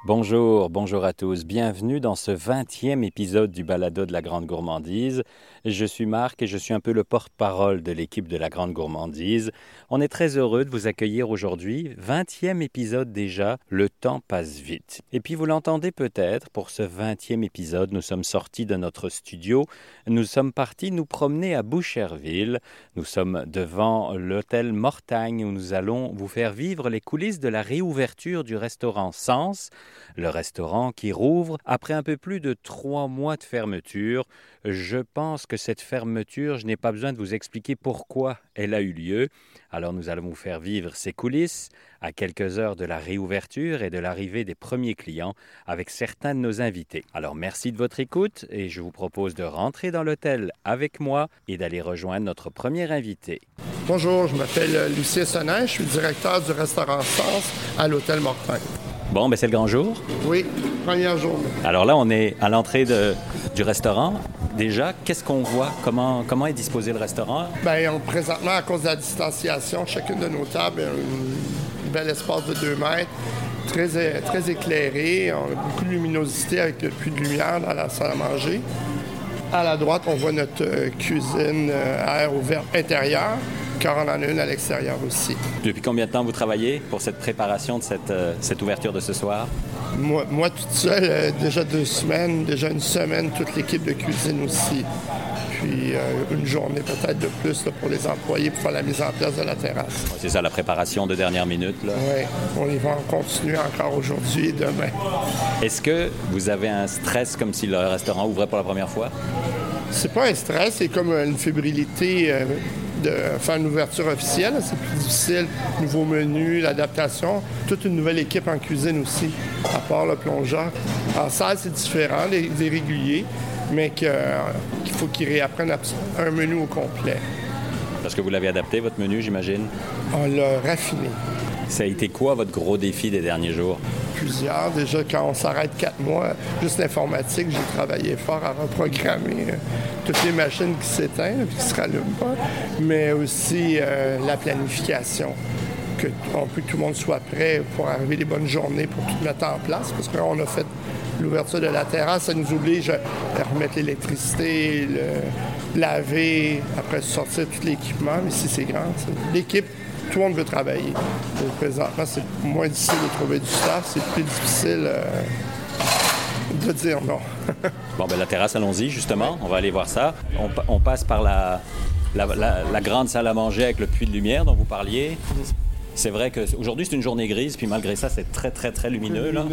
Bonjour, bonjour à tous. Bienvenue dans ce 20e épisode du Balado de la Grande Gourmandise. Je suis Marc et je suis un peu le porte-parole de l'équipe de la Grande Gourmandise. On est très heureux de vous accueillir aujourd'hui. 20e épisode déjà, le temps passe vite. Et puis vous l'entendez peut-être, pour ce 20e épisode, nous sommes sortis de notre studio. Nous sommes partis nous promener à Boucherville. Nous sommes devant l'hôtel Mortagne où nous allons vous faire vivre les coulisses de la réouverture du restaurant Sens. Le restaurant qui rouvre après un peu plus de 3 mois de fermeture. Je pense que cette fermeture, je n'ai pas besoin de vous expliquer pourquoi elle a eu lieu. Alors nous allons vous faire vivre ces coulisses à quelques heures de la réouverture et de l'arrivée des premiers clients avec certains de nos invités. Alors merci de votre écoute et je vous propose de rentrer dans l'hôtel avec moi et d'aller rejoindre notre premier invité. Bonjour, je m'appelle Lucien Sonnet, je suis directeur du restaurant Sens à l'hôtel Mortagne. Bon, ben c'est le grand jour. Oui, première journée. Alors là, on est à l'entrée du restaurant. Déjà, qu'est-ce qu'on voit? Comment est disposé le restaurant? Bien, présentement, à cause de la distanciation, chacune de nos tables a un bel espace de 2 mètres, très éclairé. On a beaucoup de luminosité avec le puits de lumière dans la salle à manger. À la droite, on voit notre cuisine à air ouvert intérieure, car on en a une à l'extérieur aussi. Depuis combien de temps vous travaillez pour cette préparation de cette ouverture de ce soir? Moi toute seule, déjà 2 semaines, déjà une semaine, toute l'équipe de cuisine aussi. Puis une journée peut-être de plus là, pour les employés pour faire la mise en place de la terrasse. C'est ça, la préparation de dernière minute. Oui, on y va continuer encore aujourd'hui et demain. Est-ce que vous avez un stress comme si le restaurant ouvrait pour la première fois? C'est pas un stress, c'est comme une fébrilité de faire une ouverture officielle. C'est plus difficile, nouveau menu, l'adaptation. Toute une nouvelle équipe en cuisine aussi, à part le plongeur. En salle, c'est différent, des réguliers, mais qu'il faut qu'ils réapprennent un menu au complet. Parce que vous l'avez adapté, votre menu, j'imagine? On l'a raffiné. Ça a été quoi votre gros défi des derniers jours? Plusieurs. Déjà, quand on s'arrête 4 mois, juste l'informatique, j'ai travaillé fort à reprogrammer toutes les machines qui s'éteignent et qui ne se rallument pas, mais aussi la planification, que tout le monde soit prêt pour arriver les bonnes journées pour tout mettre en place, parce qu'on a fait l'ouverture de la terrasse, ça nous oblige à remettre l'électricité, laver, après sortir tout l'équipement, mais ici c'est grand. L'équipe, tout le monde veut travailler. Présentement, c'est moins difficile de trouver du staff, c'est plus difficile de dire non. Bon, ben la terrasse, allons-y, justement. On va aller voir ça. On passe par la grande salle à manger avec le puits de lumière dont vous parliez. C'est vrai qu'aujourd'hui, c'est une journée grise, puis malgré ça, c'est très, très, très lumineux. Là.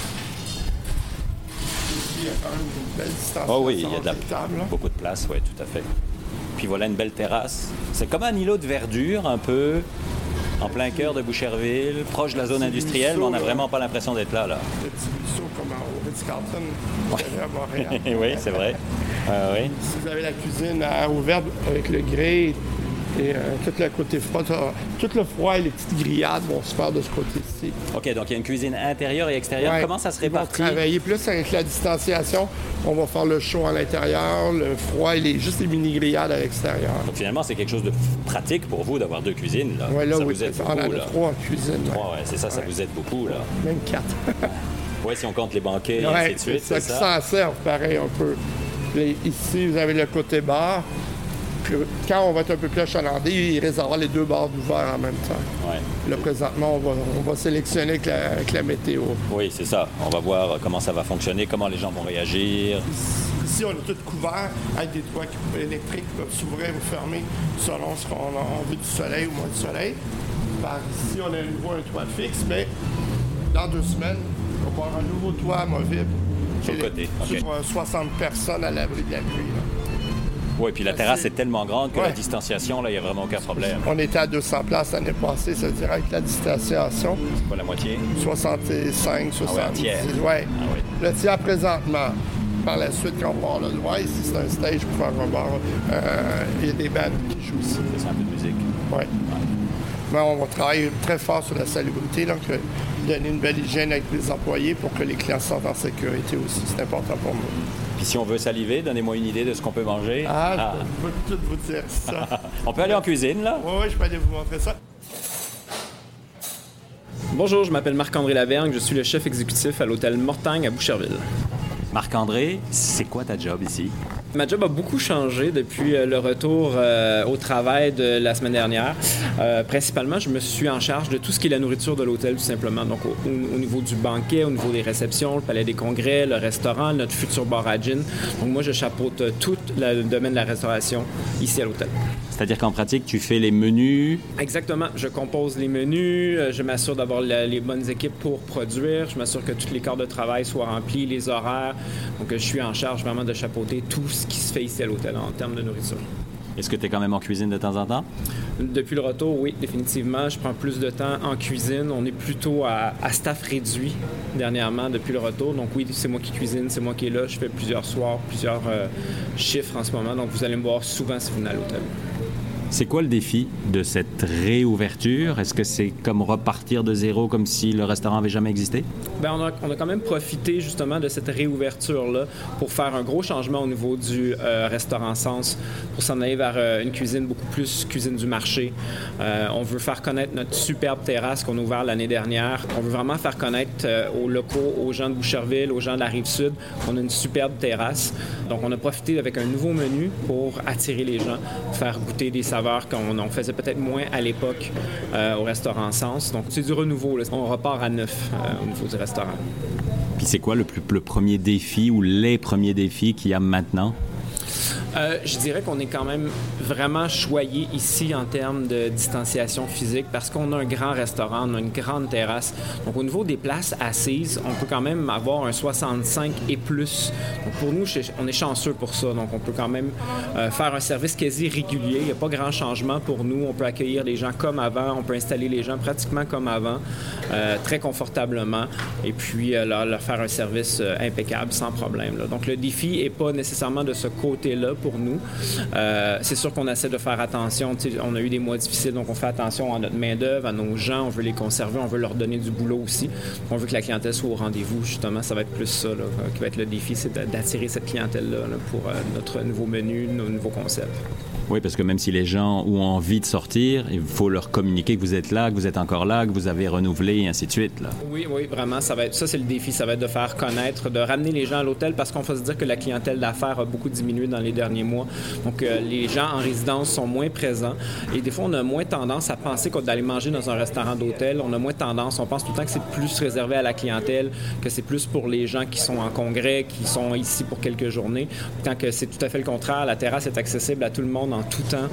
Il y a quand même une belle distanciation. Oh oui, il y a beaucoup de place, oui, tout à fait. Puis voilà une belle terrasse. C'est comme un îlot de verdure, un peu, en plein cœur de Boucherville, proche de la zone industrielle, mais on n'a vraiment pas l'impression d'être là. Le petit ruisseau comme au Ritz-Carlton, à Montréal. Oui, c'est vrai. Oui. Si vous avez la cuisine à air ouvert avec le grès et tout le côté froid, tout le froid et les petites grillades vont se faire de ce côté-ci. OK, donc il y a une cuisine intérieure et extérieure. Ouais. Comment ça se répartit? On va travailler plus avec la distanciation. On va faire le chaud à l'intérieur, le froid et juste les mini-grillades à l'extérieur. Donc finalement, c'est quelque chose de pratique pour vous d'avoir 2 cuisines. Là. Ouais, là, ça oui, vous aide on en a beaucoup, 3 en cuisine. 3, ouais, c'est ça, ça vous aide beaucoup. Là. Même 4. Oui, si on compte les banquets et ainsi de suite, c'est ça. Ça s'en sert pareil un peu. Ici, vous avez le côté bar. Quand on va être un peu plus achalandé, il risque d'avoir les 2 bars ouverts en même temps. Ouais. Là, présentement, on va sélectionner avec la météo. Oui, c'est ça. On va voir comment ça va fonctionner, comment les gens vont réagir. Ici, on est tout couvert avec des toits électriques qui peuvent s'ouvrir ou fermer selon ce qu'on a envie du soleil ou moins du soleil. Par ici, on a à nouveau un toit fixe, mais dans 2 semaines, on va avoir un nouveau toit amovible. Sur le côté. Okay. Sur 60 personnes à l'abri de la pluie. Oui, puis la terrasse est tellement grande que la distanciation, là, il n'y a vraiment aucun problème. On était à 200 places l'année passée, ça veut dire avec la distanciation. C'est pas la moitié? 65, 70. Ah ouais. Ah oui. Le tiers présentement. Par la suite, quand on part le droit, ici, c'est un stage pour faire un bar. Il y a des bandes qui jouent aussi. C'est un peu de musique. Oui. Mais on va travailler très fort sur la salubrité, donc donner une belle hygiène avec les employés pour que les clients se sentent en sécurité aussi. C'est important pour nous. Puis si on veut saliver, donnez-moi une idée de ce qu'on peut manger. Je peux tout vous dire ça. On peut aller en cuisine, là? Oui, je peux aller vous montrer ça. Bonjour, je m'appelle Marc-André Lavergne, je suis le chef exécutif à l'hôtel Mortagne à Boucherville. Marc-André, c'est quoi ta job ici? Ma job a beaucoup changé depuis le retour au travail de la semaine dernière. Principalement, je me suis en charge de tout ce qui est la nourriture de l'hôtel, tout simplement. Donc, au niveau du banquet, au niveau des réceptions, le palais des congrès, le restaurant, notre futur bar à gin. Donc, moi, je chapeaute tout le domaine de la restauration ici à l'hôtel. C'est-à-dire qu'en pratique, tu fais les menus? Exactement. Je compose les menus, je m'assure d'avoir les bonnes équipes pour produire, je m'assure que tous les quarts de travail soient remplis, les horaires. Donc, je suis en charge vraiment de chapeauter tout ce qui se fait ici à l'hôtel en termes de nourriture. Est-ce que tu es quand même en cuisine de temps en temps? Depuis le retour, oui, définitivement. Je prends plus de temps en cuisine. On est plutôt à staff réduit dernièrement depuis le retour. Donc oui, c'est moi qui cuisine, c'est moi qui est là. Je fais plusieurs soirs, plusieurs chiffres en ce moment. Donc vous allez me voir souvent si vous venez à l'hôtel. C'est quoi le défi de cette réouverture? Est-ce que c'est comme repartir de zéro, comme si le restaurant n'avait jamais existé? Bien, on a quand même profité justement de cette réouverture-là pour faire un gros changement au niveau du restaurant Sens, pour s'en aller vers une cuisine beaucoup plus cuisine du marché. On veut faire connaître notre superbe terrasse qu'on a ouverte l'année dernière. On veut vraiment faire connaître aux locaux, aux gens de Boucherville, aux gens de la Rive-Sud, qu'on a une superbe terrasse. Donc, on a profité avec un nouveau menu pour attirer les gens, faire goûter des saveurs qu'on faisait peut-être moins à l'époque au restaurant Sens. Donc, c'est du renouveau, là. On repart à neuf au niveau du restaurant. Puis c'est quoi le premier défi ou les premiers défis qu'il y a maintenant? Je dirais qu'on est quand même vraiment choyé ici en termes de distanciation physique parce qu'on a un grand restaurant, on a une grande terrasse. Donc, au niveau des places assises, on peut quand même avoir un 65 et plus. Donc, pour nous, on est chanceux pour ça. Donc, on peut quand même faire un service quasi régulier. Il n'y a pas grand changement pour nous. On peut accueillir les gens comme avant. On peut installer les gens pratiquement comme avant, très confortablement. Et puis, leur faire un service impeccable, sans problème, là. Donc, le défi n'est pas nécessairement de ce côté-là pour nous. C'est sûr qu'on essaie de faire attention. T'sais, on a eu des mois difficiles, donc on fait attention à notre main-d'œuvre, à nos gens. On veut les conserver, on veut leur donner du boulot aussi. On veut que la clientèle soit au rendez-vous, justement. Ça va être plus ça là, qui va être le défi, c'est d'attirer cette clientèle-là là, pour notre nouveau menu, nos nouveaux concepts. Oui, parce que même si les gens ont envie de sortir, il faut leur communiquer que vous êtes là, que vous êtes encore là, que vous avez renouvelé, et ainsi de suite, là. Oui, vraiment, ça c'est le défi. Ça va être de faire connaître, de ramener les gens à l'hôtel parce qu'on faut se dire que la clientèle d'affaires a beaucoup diminué dans les derniers mois. Donc, les gens en résidence sont moins présents et des fois, on a moins tendance à penser d'aller manger dans un restaurant d'hôtel. On a moins tendance, on pense tout le temps que c'est plus réservé à la clientèle, que c'est plus pour les gens qui sont en congrès, qui sont ici pour quelques journées. Tant que c'est tout à fait le contraire. La terrasse est accessible à tout le monde en tout temps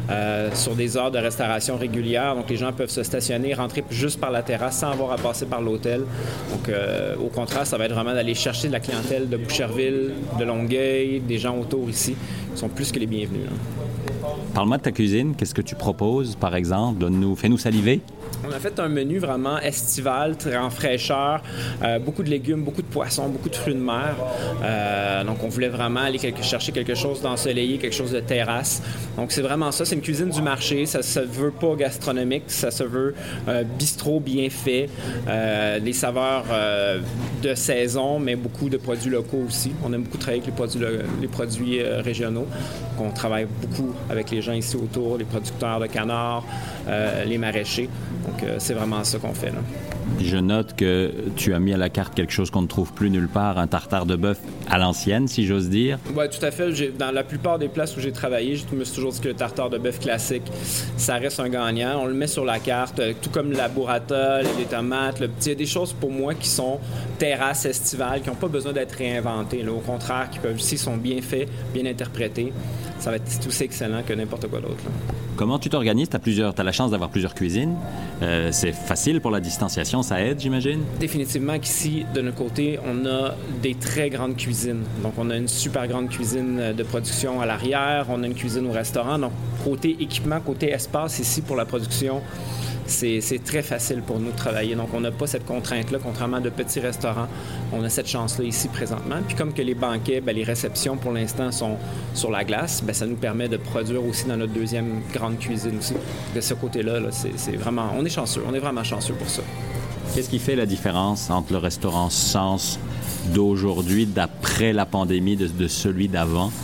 sur des heures de restauration régulières. Donc, les gens peuvent se stationner, rentrer juste par la terrasse sans avoir à passer par l'hôtel. Donc, au contraire, ça va être vraiment d'aller chercher de la clientèle de Boucherville, de Longueuil, des gens autour ici qui sont plus que les bienvenus, là. Parle-moi de ta cuisine. Qu'est-ce que tu proposes, par exemple? Fais-nous saliver. On a fait un menu vraiment estival, très en fraîcheur, beaucoup de légumes, beaucoup de poissons, beaucoup de fruits de mer. Donc, on voulait vraiment aller chercher quelque chose d'ensoleillé, quelque chose de terrasse. Donc, c'est vraiment ça. C'est une cuisine du marché. Ça se veut pas gastronomique. Ça se veut bistrot bien fait. Des saveurs de saison, mais beaucoup de produits locaux aussi. On aime beaucoup travailler avec les produits régionaux. Donc, on travaille beaucoup avec les gens ici autour, les producteurs de canards, les maraîchers. Donc, c'est vraiment ça qu'on fait, là. Je note que tu as mis à la carte quelque chose qu'on ne trouve plus nulle part, un tartare de bœuf à l'ancienne, si j'ose dire. Oui, tout à fait. Dans la plupart des places où j'ai travaillé, je me suis toujours dit que le tartare de bœuf classique, ça reste un gagnant. On le met sur la carte, tout comme la burrata, les tomates. Il y a des choses pour moi qui sont terrasses estivales, qui n'ont pas besoin d'être réinventées, là. Au contraire, qui peuvent, s'ils sont bien faits, bien interprétés, ça va être tout aussi excellent que n'importe quoi d'autre, là. Comment tu t'organises? Tu as la chance d'avoir plusieurs cuisines. C'est facile pour la distanciation, ça aide, j'imagine? Définitivement qu'ici, de notre côté, on a des très grandes cuisines. Donc, on a une super grande cuisine de production à l'arrière. On a une cuisine au restaurant. Donc, côté équipement, côté espace ici pour la production, c'est très facile pour nous de travailler. Donc, on n'a pas cette contrainte-là, contrairement à de petits restaurants. On a cette chance-là ici présentement. Puis comme que les banquets, les réceptions pour l'instant sont sur la glace, ça nous permet de produire aussi dans notre deuxième grande cuisine aussi. De ce côté-là, là, c'est vraiment... On est chanceux. On est vraiment chanceux pour ça. Qu'est-ce qui fait la différence entre le restaurant Sens d'aujourd'hui, d'après la pandémie, de celui d'avant?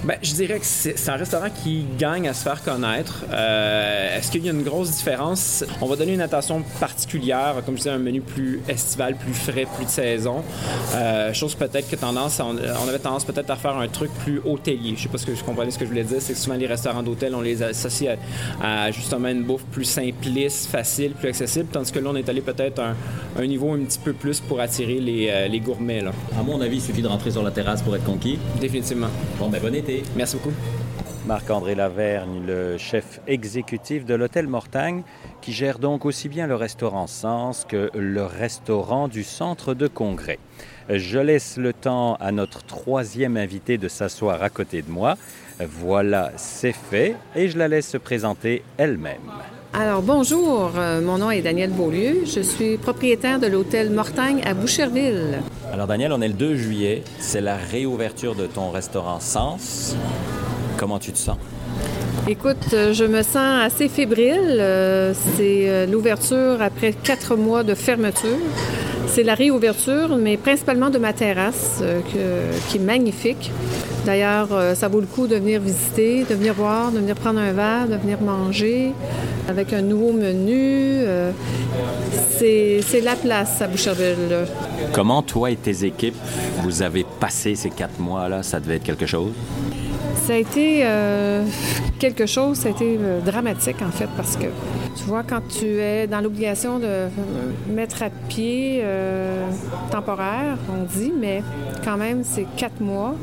Bien, je dirais que c'est un restaurant qui gagne à se faire connaître. Est-ce qu'il y a une grosse différence? On va donner une attention particulière, comme je disais, un menu plus estival, plus frais, plus de saison. Chose peut-être que on avait tendance peut-être à faire un truc plus hôtelier. Je sais pas si vous comprenez ce que je voulais dire. C'est que souvent les restaurants d'hôtel, on les associe à justement une bouffe plus simpliste, facile, plus accessible, tandis que là, on est allé peut-être un niveau un petit peu plus pour attirer les gourmets, là. À mon avis, il suffit de rentrer sur la terrasse pour être conquis. Définitivement. Bon, ben bon été. Merci beaucoup. Marc-André Lavergne, le chef exécutif de l'Hôtel Mortagne, qui gère donc aussi bien le restaurant Sens que le restaurant du centre de congrès. Je laisse le temps à notre troisième invité de s'asseoir à côté de moi. Voilà, c'est fait et je la laisse se présenter elle-même. Alors, bonjour, mon nom est Danielle Beaulieu. Je suis propriétaire de l'Hôtel Mortagne à Boucherville. Alors, Danielle, on est le 2 juillet. C'est la réouverture de ton restaurant Sens. Comment tu te sens? Écoute, je me sens assez fébrile. C'est l'ouverture après 4 mois de fermeture. C'est la réouverture, mais principalement de ma terrasse, qui est magnifique. D'ailleurs, ça vaut le coup de venir visiter, de venir voir, de venir prendre un verre, de venir manger avec un nouveau menu. C'est la place à Boucherville. Comment, toi et tes équipes, vous avez passé ces 4 mois-là? Ça devait être quelque chose? Ça a été quelque chose, ça a été dramatique en fait, parce que tu vois, quand tu es dans l'obligation de mettre à pied temporaire, on dit, mais quand même, c'est 4 mois.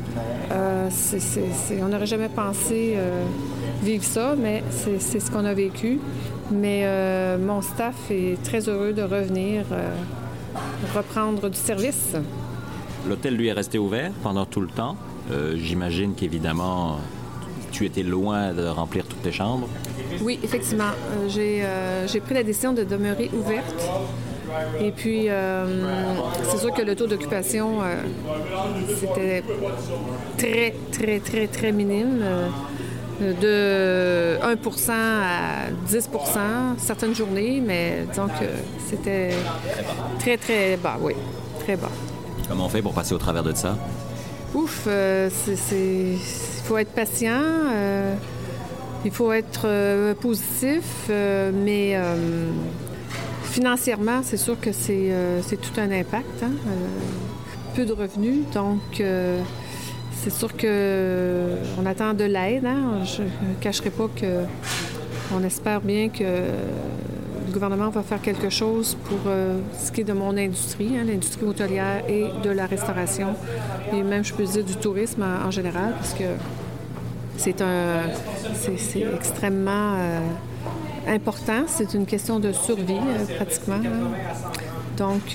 On n'aurait jamais pensé vivre ça, mais c'est ce qu'on a vécu. Mais mon staff est très heureux de revenir reprendre du service. L'hôtel, lui, est resté ouvert pendant tout le temps. J'imagine qu'évidemment, tu étais loin de remplir toutes tes chambres. Oui, effectivement. J'ai pris la décision de demeurer ouverte. Et puis, c'est sûr que le taux d'occupation, c'était très, très, très, très minime. De 1% à 10% certaines journées, mais disons que c'était très, très bas, oui, très bas. Comment on fait pour passer au travers de ça? Ouf, il faut être patient, il faut être positif, mais financièrement, c'est sûr que c'est tout un impact, hein? Peu de revenus, donc c'est sûr qu'on attend de l'aide, hein? Je ne cacherai pas qu'on espère bien que le gouvernement va faire quelque chose pour ce qui est de mon industrie, hein, l'industrie hôtelière et de la restauration, et même, je peux dire, du tourisme en général, parce que c'est extrêmement important. C'est une question de survie, pratiquement. Hein. Donc,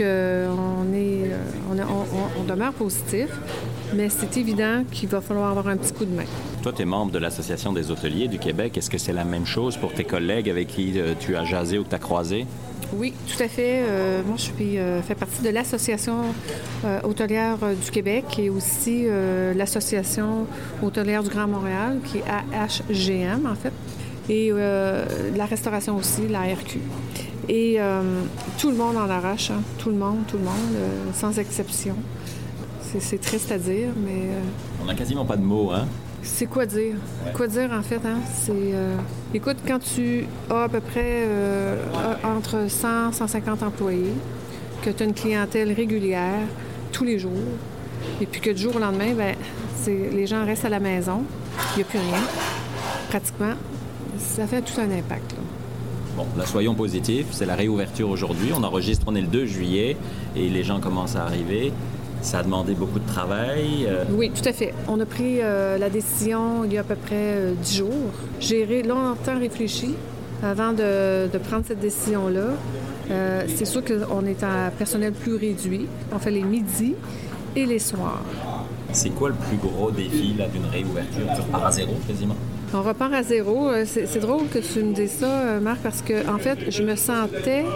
on demeure positif, mais c'est évident qu'il va falloir avoir un petit coup de main. Toi, tu es membre de l'Association des hôteliers du Québec. Est-ce que c'est la même chose pour tes collègues avec qui tu as jasé ou que tu as croisé? Oui, tout à fait. Moi, je fais partie de l'Association hôtelière du Québec et aussi l'Association hôtelière du Grand Montréal, qui est AHGM, en fait, et la restauration aussi, la RQ. Et tout le monde en arrache, hein? Tout le monde, sans exception. C'est triste à dire, mais... On n'a quasiment pas de mots, hein? C'est quoi dire? Ouais. Quoi dire, en fait, hein? Écoute, quand tu as à peu près entre 100 et 150 employés, que tu as une clientèle régulière tous les jours, et puis que du jour au lendemain, les gens restent à la maison, il n'y a plus rien, pratiquement, ça fait tout un impact, là. Bon, là, soyons positifs. C'est la réouverture aujourd'hui. On enregistre, on est le 2 juillet et les gens commencent à arriver. Ça a demandé beaucoup de travail. Oui, tout à fait. On a pris la décision il y a à peu près 10 jours. J'ai longtemps réfléchi avant de prendre cette décision-là. C'est sûr qu'on est en personnel plus réduit. On fait les midis et les soirs. C'est quoi le plus gros défi là, d'une réouverture? Tu repars à zéro, quasiment? On repart à zéro. C'est drôle que tu me dises ça, Marc, parce que en fait, je me sens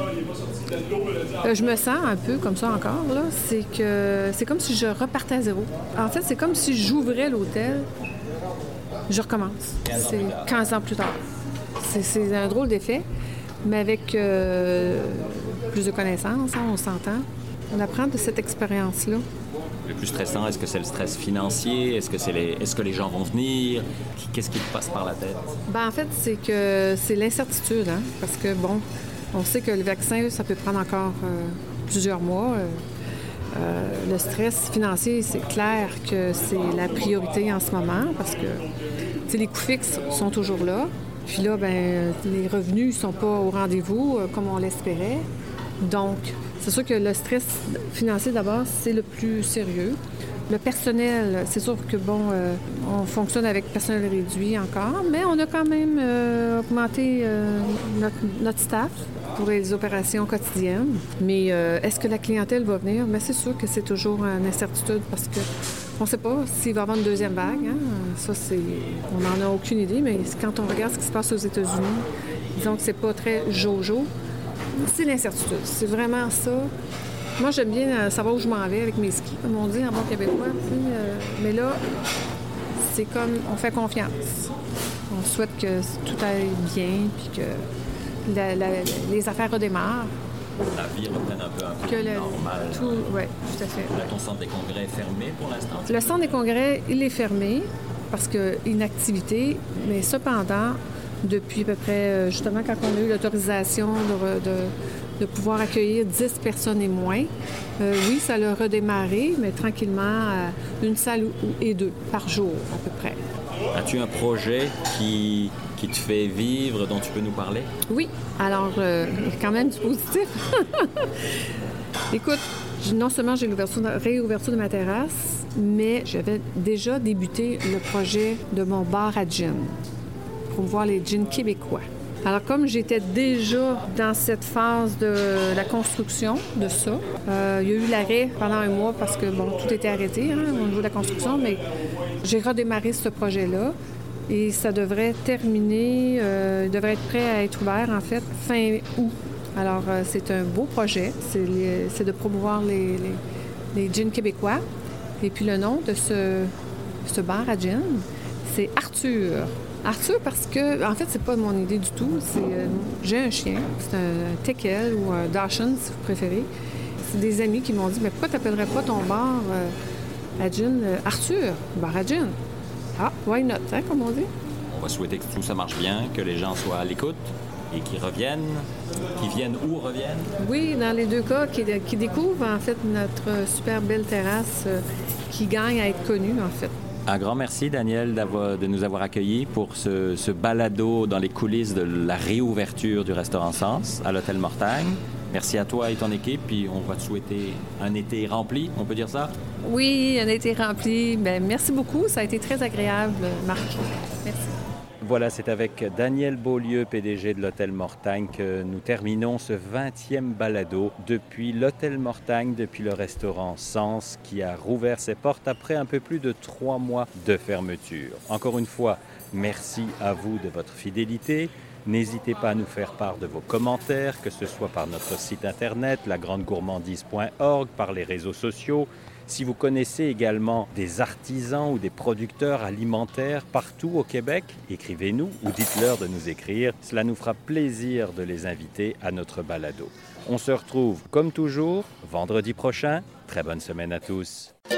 un peu comme ça encore, là. C'est comme si je repartais à zéro. En fait, c'est comme si j'ouvrais l'hôtel, je recommence. C'est 15 ans plus tard. C'est un drôle d'effet, mais avec plus de connaissances, hein, on s'entend. On apprend de cette expérience-là. Le plus stressant, est-ce que c'est le stress financier? Est-ce que les gens vont venir? Qu'est-ce qui te passe par la tête? En fait, c'est l'incertitude, hein? Parce que, bon, on sait que le vaccin, ça peut prendre encore plusieurs mois. Le stress financier, c'est clair que c'est la priorité en ce moment parce que les coûts fixes sont toujours là. Puis là, les revenus ne sont pas au rendez-vous comme on l'espérait. Donc, c'est sûr que le stress financier, d'abord, c'est le plus sérieux. Le personnel, c'est sûr que, on fonctionne avec personnel réduit encore, mais on a quand même augmenté notre staff pour les opérations quotidiennes. Mais est-ce que la clientèle va venir? Mais c'est sûr que c'est toujours une incertitude parce que on ne sait pas s'il va y avoir une deuxième vague. Hein? Ça, on n'en a aucune idée, mais quand on regarde ce qui se passe aux États-Unis, disons que c'est pas très jojo. C'est l'incertitude. C'est vraiment ça. Moi, j'aime bien savoir où je m'en vais avec mes skis, comme on dit en bon québécois. Mais là, c'est comme on fait confiance. On souhaite que tout aille bien, puis que les affaires redémarrent. La vie reprenne un peu normal. Oui, tout à fait. Là, ton centre des congrès est fermé pour l'instant? Le centre des congrès, il est fermé parce qu'inactivité, mais cependant, depuis à peu près, justement, quand on a eu l'autorisation de pouvoir accueillir 10 personnes et moins, oui, ça l'a redémarré, mais tranquillement, une salle et 2 par jour, à peu près. As-tu un projet qui te fait vivre, dont tu peux nous parler? Oui. Alors, il y a quand même du positif. Écoute, non seulement j'ai réouverture de ma terrasse, mais j'avais déjà débuté le projet de mon bar à gin, pour voir les gins québécois. Alors, comme j'étais déjà dans cette phase de la construction de ça, il y a eu l'arrêt pendant un mois parce que, tout était arrêté au niveau de la construction, mais j'ai redémarré ce projet-là et ça devrait terminer, devrait être prêt à être ouvert, en fait, fin août. Alors, c'est un beau projet. C'est de promouvoir les gins québécois. Et puis, le nom de ce bar à gin, c'est Arthur. Arthur, parce que, en fait, c'est pas mon idée du tout. J'ai un chien, c'est un teckel ou un dachshund, si vous préférez. C'est des amis qui m'ont dit, mais pourquoi t'appellerais pas ton bar à gin Arthur, bar à gin? Ah, why not, hein, comme on dit? On va souhaiter que tout ça marche bien, que les gens soient à l'écoute et qu'ils reviennent, qu'ils viennent ou reviennent. Oui, dans les deux cas, qui découvrent, en fait, notre super belle terrasse qui gagne à être connue, en fait. Un grand merci, Daniel, de nous avoir accueillis pour ce balado dans les coulisses de la réouverture du restaurant Sens à l'Hôtel Mortagne. Merci à toi et ton équipe, puis on va te souhaiter un été rempli, on peut dire ça? Oui, un été rempli. Merci beaucoup, ça a été très agréable, Marc. Merci. Voilà, c'est avec Daniel Beaulieu, PDG de l'Hôtel Mortagne, que nous terminons ce 20e balado depuis l'Hôtel Mortagne, depuis le restaurant Sens, qui a rouvert ses portes après un peu plus de 3 mois de fermeture. Encore une fois, merci à vous de votre fidélité. N'hésitez pas à nous faire part de vos commentaires, que ce soit par notre site internet, lagrandegourmandise.org, par les réseaux sociaux. Si vous connaissez également des artisans ou des producteurs alimentaires partout au Québec, écrivez-nous ou dites-leur de nous écrire. Cela nous fera plaisir de les inviter à notre balado. On se retrouve, comme toujours, vendredi prochain. Très bonne semaine à tous.